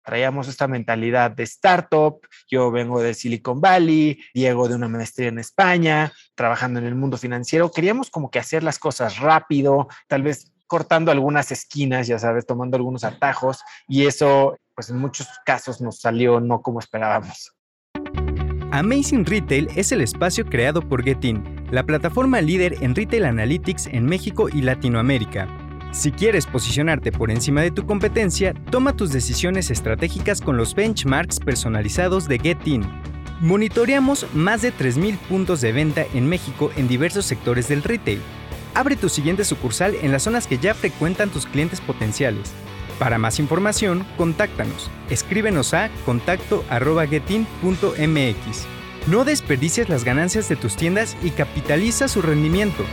Traíamos esta mentalidad de startup, yo vengo de Silicon Valley, Diego de una maestría en España, trabajando en el mundo financiero. Queríamos como que hacer las cosas rápido, tal vez cortando algunas esquinas, ya sabes, tomando algunos atajos, y eso, pues en muchos casos nos salió no como esperábamos. Amazing Retail es el espacio creado por Getin, la plataforma líder en Retail Analytics en México y Latinoamérica. Si quieres posicionarte por encima de tu competencia, toma tus decisiones estratégicas con los benchmarks personalizados de Getin. Monitoreamos más de 3,000 puntos de venta en México en diversos sectores del retail. Abre tu siguiente sucursal en las zonas que ya frecuentan tus clientes potenciales. Para más información, contáctanos. Escríbenos a contacto@getin.mx. No desperdicies las ganancias de tus tiendas y capitaliza su rendimiento.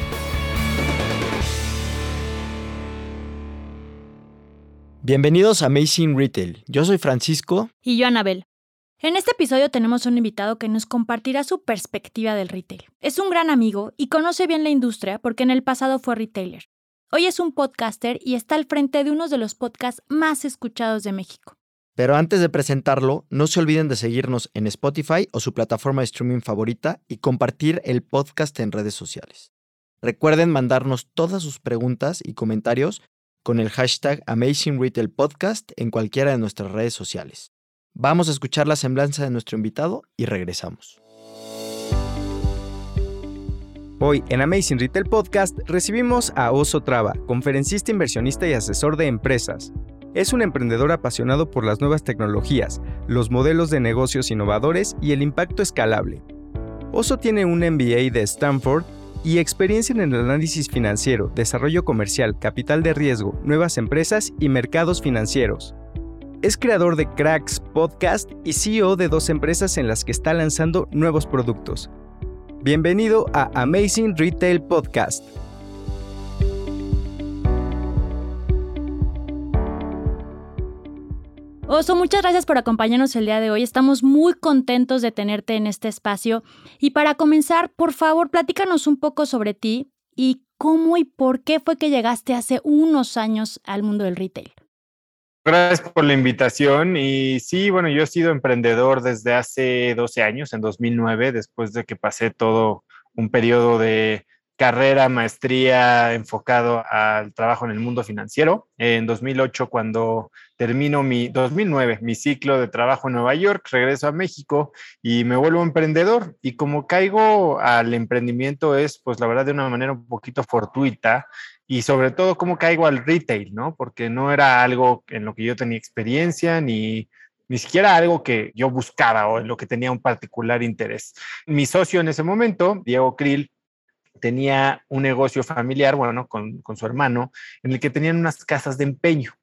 Bienvenidos a Amazing Retail. Yo soy Francisco. Y yo, Anabel. En este episodio tenemos un invitado que nos compartirá su perspectiva del retail. Es un gran amigo y conoce bien la industria porque en el pasado fue retailer. Hoy es un podcaster y está al frente de uno de los podcasts más escuchados de México. Pero antes de presentarlo, no se olviden de seguirnos en Spotify o su plataforma de streaming favorita y compartir el podcast en redes sociales. Recuerden mandarnos todas sus preguntas y comentarios con el hashtag Amazing Retail Podcast en cualquiera de nuestras redes sociales. Vamos a escuchar la semblanza de nuestro invitado y regresamos. Hoy en Amazing Retail Podcast recibimos a Oso Traba, conferencista, inversionista y asesor de empresas. Es un emprendedor apasionado por las nuevas tecnologías, los modelos de negocios innovadores y el impacto escalable. Oso tiene un MBA de Stanford y experiencia en el análisis financiero, desarrollo comercial, capital de riesgo, nuevas empresas y mercados financieros. Es creador de Cracks Podcast y CEO de 2 empresas en las que está lanzando nuevos productos. Bienvenido a Amazing Retail Podcast. Oso, muchas gracias por acompañarnos el día de hoy. Estamos muy contentos de tenerte en este espacio. Y para comenzar, por favor, platícanos un poco sobre ti y cómo y por qué fue que llegaste hace unos años al mundo del retail. Gracias por la invitación. Y sí, bueno, yo he sido emprendedor desde hace 12 años, en 2009, después de que pasé todo un periodo de carrera, maestría enfocado al trabajo en el mundo financiero. En 2008, cuando termino 2009, mi ciclo de trabajo en Nueva York, regreso a México y me vuelvo emprendedor. Y como caigo al emprendimiento es, pues la verdad, de una manera un poquito fortuita. Y sobre todo, cómo caigo al retail, ¿no? Porque no era algo en lo que yo tenía experiencia, ni siquiera algo que yo buscaba o en lo que tenía un particular interés. Mi socio en ese momento, Diego Krill, tenía un negocio familiar, bueno, con su hermano, en el que tenían unas casas de empeño.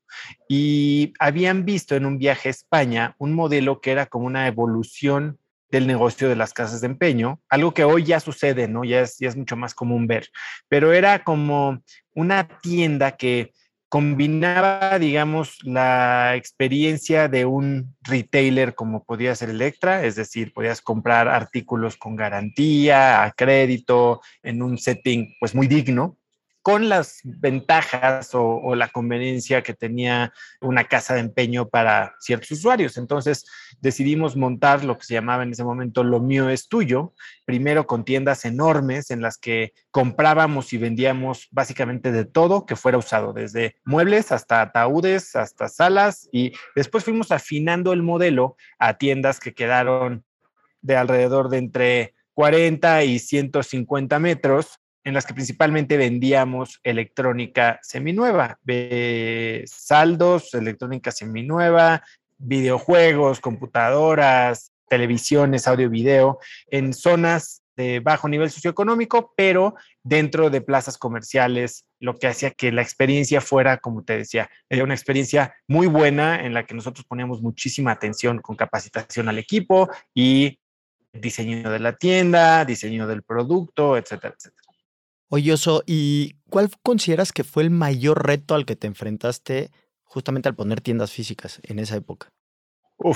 Y habían visto en un viaje a España un modelo que era como una evolución del negocio de las casas de empeño, algo que hoy ya sucede, ¿no? Ya es mucho más común ver, pero era como una tienda que combinaba, digamos, la experiencia de un retailer como podía ser Electra, es decir, podías comprar artículos con garantía, a crédito, en un setting pues muy digno, con las ventajas o la conveniencia que tenía una casa de empeño para ciertos usuarios. Entonces decidimos montar lo que se llamaba en ese momento Lo Mío es Tuyo, primero con tiendas enormes en las que comprábamos y vendíamos básicamente de todo que fuera usado, desde muebles hasta ataúdes, hasta salas, y después fuimos afinando el modelo a tiendas que quedaron de alrededor de entre 40 y 150 metros, en las que principalmente vendíamos electrónica seminueva, saldos, electrónica seminueva, videojuegos, computadoras, televisiones, audio, video, en zonas de bajo nivel socioeconómico, pero dentro de plazas comerciales, lo que hacía que la experiencia fuera, como te decía, una experiencia muy buena en la que nosotros poníamos muchísima atención con capacitación al equipo y diseño de la tienda, diseño del producto, etcétera, etcétera. Oye, Oso, ¿y cuál consideras que fue el mayor reto al que te enfrentaste justamente al poner tiendas físicas en esa época?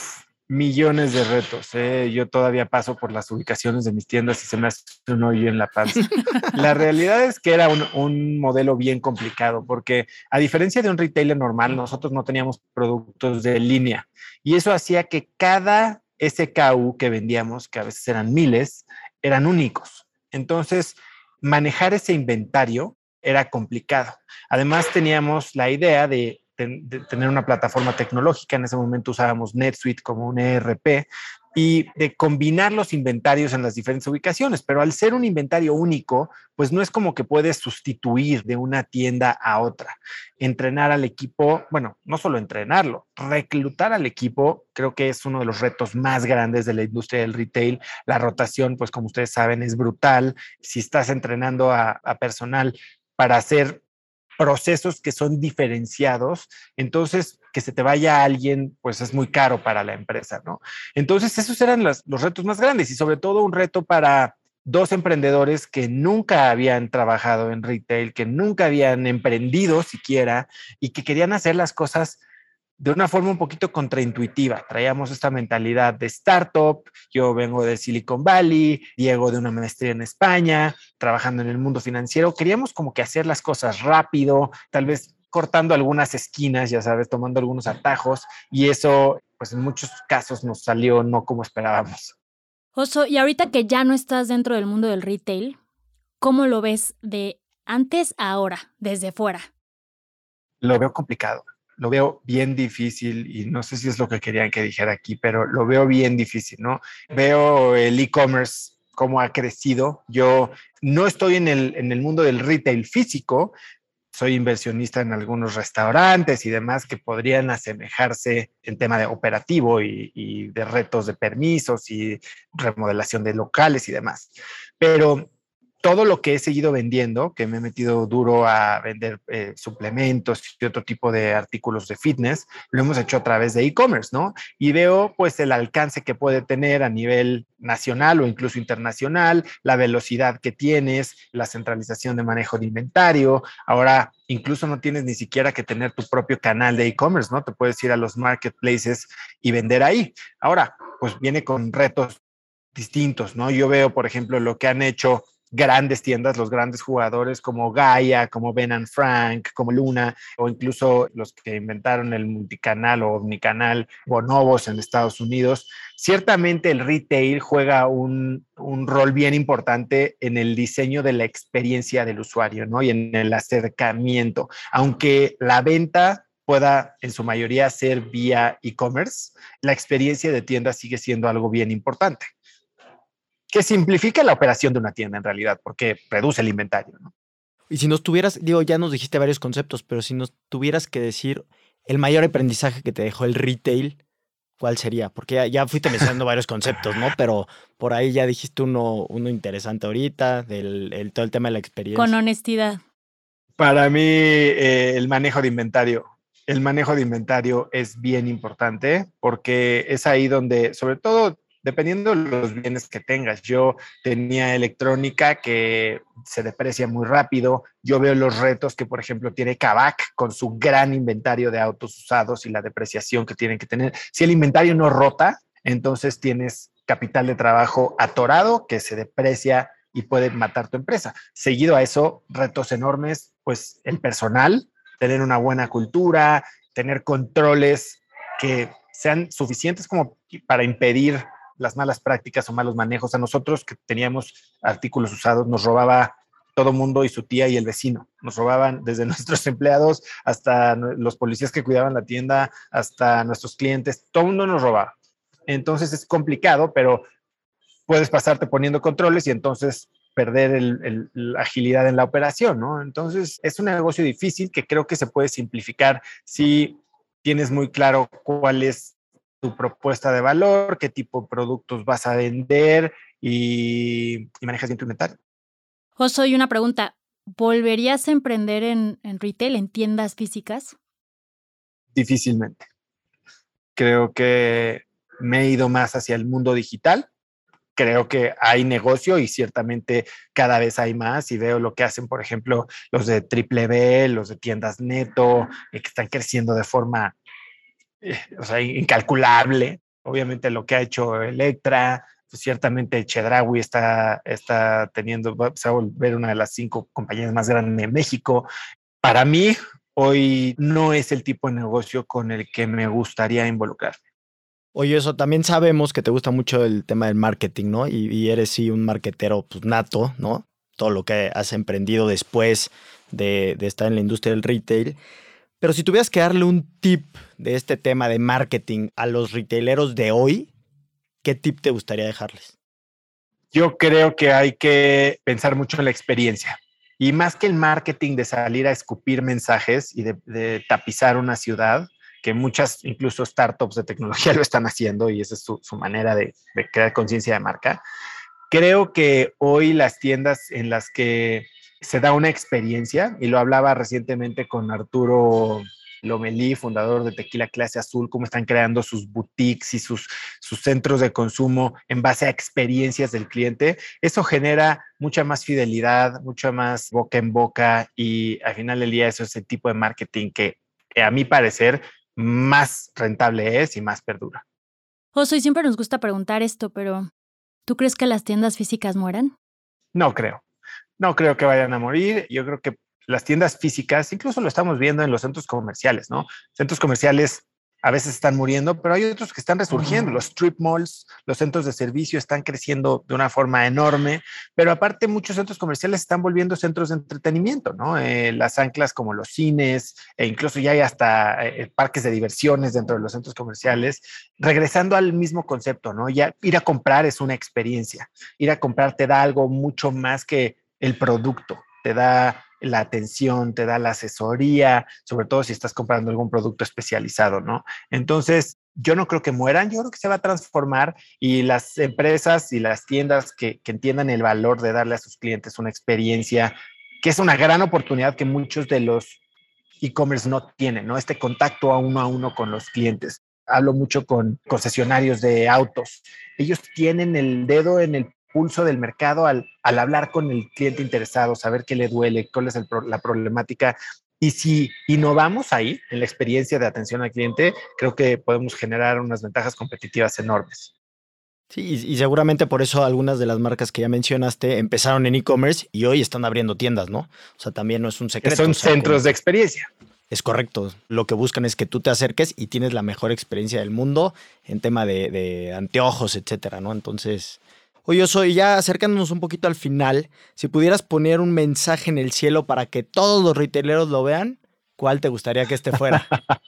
millones de retos. Yo todavía paso por las ubicaciones de mis tiendas y se me hace un hoyo en la panza. La realidad es que era un modelo bien complicado porque a diferencia de un retailer normal, nosotros no teníamos productos de línea y eso hacía que cada SKU que vendíamos, que a veces eran miles, eran únicos. Entonces, manejar ese inventario era complicado. Además, teníamos la idea de tener una plataforma tecnológica. En ese momento usábamos NetSuite como un ERP y de combinar los inventarios en las diferentes ubicaciones, pero al ser un inventario único, pues no es como que puedes sustituir de una tienda a otra. Entrenar al equipo, bueno, no solo entrenarlo, reclutar al equipo, creo que es uno de los retos más grandes de la industria del retail. La rotación, pues como ustedes saben, es brutal. Si estás entrenando a personal para hacer procesos que son diferenciados, entonces que se te vaya alguien, pues es muy caro para la empresa, ¿no? Entonces esos eran los retos más grandes y sobre todo un reto para dos emprendedores que nunca habían trabajado en retail, que nunca habían emprendido siquiera y que querían hacer las cosas de una forma un poquito contraintuitiva. Traíamos esta mentalidad de startup. Yo vengo de Silicon Valley, Diego de una maestría en España, trabajando en el mundo financiero. Queríamos como que hacer las cosas rápido, tal vez cortando algunas esquinas, ya sabes, tomando algunos atajos, y eso, pues en muchos casos nos salió no como esperábamos. Oso, y ahorita que ya no estás dentro del mundo del retail, ¿cómo lo ves de antes a ahora, desde fuera? Lo veo complicado. Lo veo bien difícil y no sé si es lo que querían que dijera aquí, pero lo veo bien difícil, ¿no? Veo el e-commerce cómo ha crecido. Yo no estoy en el mundo del retail físico, soy inversionista en algunos restaurantes y demás que podrían asemejarse en tema de operativo y de retos de permisos y remodelación de locales y demás. Pero todo lo que he seguido vendiendo, que me he metido duro a vender suplementos y otro tipo de artículos de fitness, lo hemos hecho a través de e-commerce, ¿no? Y veo pues el alcance que puede tener a nivel nacional o incluso internacional, la velocidad que tienes, la centralización de manejo de inventario. Ahora incluso no tienes ni siquiera que tener tu propio canal de e-commerce, ¿no? Te puedes ir a los marketplaces y vender ahí. Ahora, pues viene con retos distintos, ¿no? Yo veo, por ejemplo, lo que han hecho grandes tiendas, los grandes jugadores como Gaia, como Ben and Frank, como Luna, o incluso los que inventaron el multicanal o omnicanal Bonobos en Estados Unidos. Ciertamente el retail juega un rol bien importante en el diseño de la experiencia del usuario, ¿no? Y en el acercamiento, aunque la venta pueda en su mayoría ser vía e-commerce, la experiencia de tienda sigue siendo algo bien importante que simplifica la operación de una tienda en realidad, porque reduce el inventario, ¿no? Y si nos tuvieras, digo, ya nos dijiste varios conceptos, pero si nos tuvieras que decir el mayor aprendizaje que te dejó el retail, ¿cuál sería? Porque ya fuiste mencionando varios conceptos, ¿no? Pero por ahí ya dijiste uno interesante ahorita, todo el tema de la experiencia. Con honestidad. Para mí, el manejo de inventario. El manejo de inventario es bien importante porque es ahí donde, sobre todo, dependiendo de los bienes que tengas. Yo tenía electrónica que se deprecia muy rápido. Yo veo los retos que, por ejemplo, tiene Kavak con su gran inventario de autos usados y la depreciación que tienen que tener. Si el inventario no rota, entonces tienes capital de trabajo atorado que se deprecia y puede matar tu empresa. Seguido a eso, retos enormes, pues el personal, tener una buena cultura, tener controles que sean suficientes como para impedir las malas prácticas o malos manejos. A nosotros que teníamos artículos usados, nos robaba todo mundo y su tía y el vecino. Nos robaban desde nuestros empleados hasta los policías que cuidaban la tienda, hasta nuestros clientes. Todo el mundo nos robaba. Entonces es complicado, pero puedes pasarte poniendo controles y entonces perder la agilidad en la operación, ¿no? Entonces es un negocio difícil que creo que se puede simplificar si tienes muy claro cuál es tu propuesta de valor, qué tipo de productos vas a vender y manejas bien tu inventario. Oso, y una pregunta. ¿Volverías a emprender en retail, en tiendas físicas? Difícilmente. Creo que me he ido más hacia el mundo digital. Creo que hay negocio y ciertamente cada vez hay más y veo lo que hacen, por ejemplo, los de Triple B, los de Tiendas Neto, que están creciendo de forma incalculable. obviamente lo que ha hecho Electra, pues ciertamente Chedraui está teniendo, se va a volver una de las 5 compañías más grandes de México. Para mí, hoy no es el tipo de negocio con el que me gustaría involucrarme. Oye, eso también sabemos que te gusta mucho el tema del marketing, ¿no? Y eres sí un marketero pues, nato, ¿no? Todo lo que has emprendido después de estar en la industria del retail. Pero si tuvieras que darle un tip de este tema de marketing a los retaileros de hoy, ¿qué tip te gustaría dejarles? Yo creo que hay que pensar mucho en la experiencia. Y más que el marketing de salir a escupir mensajes y de tapizar una ciudad, que muchas, incluso startups de tecnología lo están haciendo y esa es su manera de crear conciencia de marca. Creo que hoy las tiendas en las que se da una experiencia, y lo hablaba recientemente con Arturo Lomelí, fundador de Tequila Clase Azul, cómo están creando sus boutiques y sus centros de consumo en base a experiencias del cliente. Eso genera mucha más fidelidad, mucha más boca en boca y al final del día eso es el tipo de marketing que a mi parecer más rentable es y más perdura. Oso, y siempre nos gusta preguntar esto, pero ¿tú crees que las tiendas físicas mueran? No creo que vayan a morir. Yo creo que las tiendas físicas, incluso lo estamos viendo en los centros comerciales, ¿no? Centros comerciales a veces están muriendo, pero hay otros que están resurgiendo. Los strip malls, los centros de servicio están creciendo de una forma enorme, pero aparte muchos centros comerciales están volviendo centros de entretenimiento, ¿no? Las anclas como los cines, e incluso ya hay hasta parques de diversiones dentro de los centros comerciales, regresando al mismo concepto, ¿no? Ya ir a comprar es una experiencia. Ir a comprar te da algo mucho más que el producto, te da la atención, te da la asesoría, sobre todo si estás comprando algún producto especializado, ¿no? Entonces, yo no creo que mueran, yo creo que se va a transformar y las empresas y las tiendas que entiendan el valor de darle a sus clientes una experiencia, que es una gran oportunidad que muchos de los e-commerce no tienen, ¿no? Este contacto a uno con los clientes. Hablo mucho con concesionarios de autos. Ellos tienen el dedo en el pulso del mercado al hablar con el cliente interesado, saber qué le duele, cuál es la problemática. Y si innovamos ahí en la experiencia de atención al cliente, creo que podemos generar unas ventajas competitivas enormes. Sí, y seguramente por eso algunas de las marcas que ya mencionaste empezaron en e-commerce y hoy están abriendo tiendas, ¿no? O sea, también no es un secreto. Son centros de experiencia. Es correcto. Lo que buscan es que tú te acerques y tienes la mejor experiencia del mundo en tema de anteojos, etcétera, ¿no? Entonces, oye, Oso, ya acercándonos un poquito al final, si pudieras poner un mensaje en el cielo para que todos los retaileros lo vean, ¿cuál te gustaría que este fuera?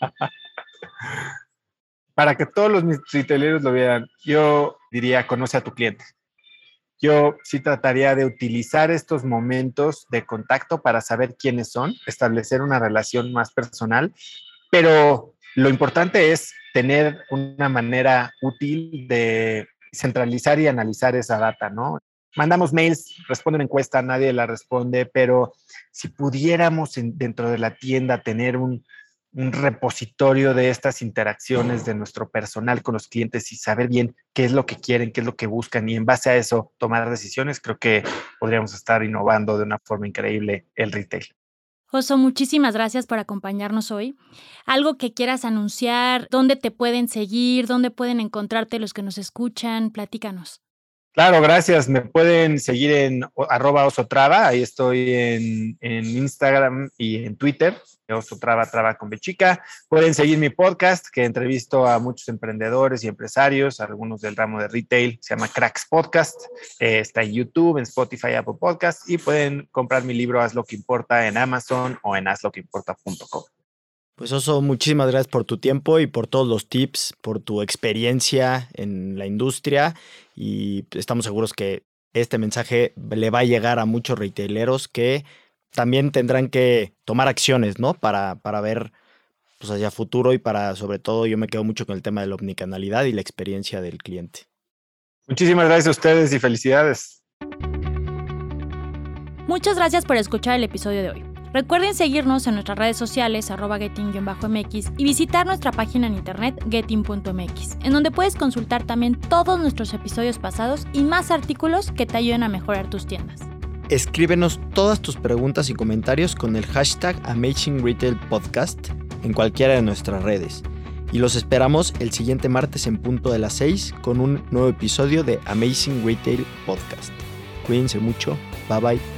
Para que todos los retaileros lo vean, yo diría, conoce a tu cliente. Yo sí trataría de utilizar estos momentos de contacto para saber quiénes son, establecer una relación más personal, pero lo importante es tener una manera útil de centralizar y analizar esa data, ¿no? Mandamos mails, responden encuesta, nadie la responde, pero si pudiéramos dentro de la tienda tener un repositorio de estas interacciones de nuestro personal con los clientes y saber bien qué es lo que quieren, qué es lo que buscan y en base a eso tomar decisiones, creo que podríamos estar innovando de una forma increíble el retail. Oso, muchísimas gracias por acompañarnos hoy. ¿Algo que quieras anunciar? ¿Dónde te pueden seguir? ¿Dónde pueden encontrarte los que nos escuchan? Platícanos. Claro, gracias. Me pueden seguir en @osotrava. Ahí estoy en Instagram y en Twitter. Osotrava, traba con B chica. Pueden seguir mi podcast, que entrevisto a muchos emprendedores y empresarios, algunos del ramo de retail. Se llama Cracks Podcast. Está en YouTube, en Spotify, Apple Podcast. Y pueden comprar mi libro Haz lo que importa en Amazon o en hazloqueimporta.com. Pues Oso, muchísimas gracias por tu tiempo y por todos los tips, por tu experiencia en la industria y estamos seguros que este mensaje le va a llegar a muchos retaileros que también tendrán que tomar acciones, ¿no? Para ver pues, hacia futuro y para, sobre todo, yo me quedo mucho con el tema de la omnicanalidad y la experiencia del cliente. Muchísimas gracias a ustedes y felicidades. Muchas gracias por escuchar el episodio de hoy. Recuerden seguirnos en nuestras redes sociales @getting_mx y visitar nuestra página en internet getting.mx, en donde puedes consultar también todos nuestros episodios pasados y más artículos que te ayuden a mejorar tus tiendas. Escríbenos todas tus preguntas y comentarios con el hashtag AmazingRetailPodcast en cualquiera de nuestras redes. Y los esperamos el siguiente martes en punto de las 6 con un nuevo episodio de Amazing Retail Podcast. Cuídense mucho. Bye bye.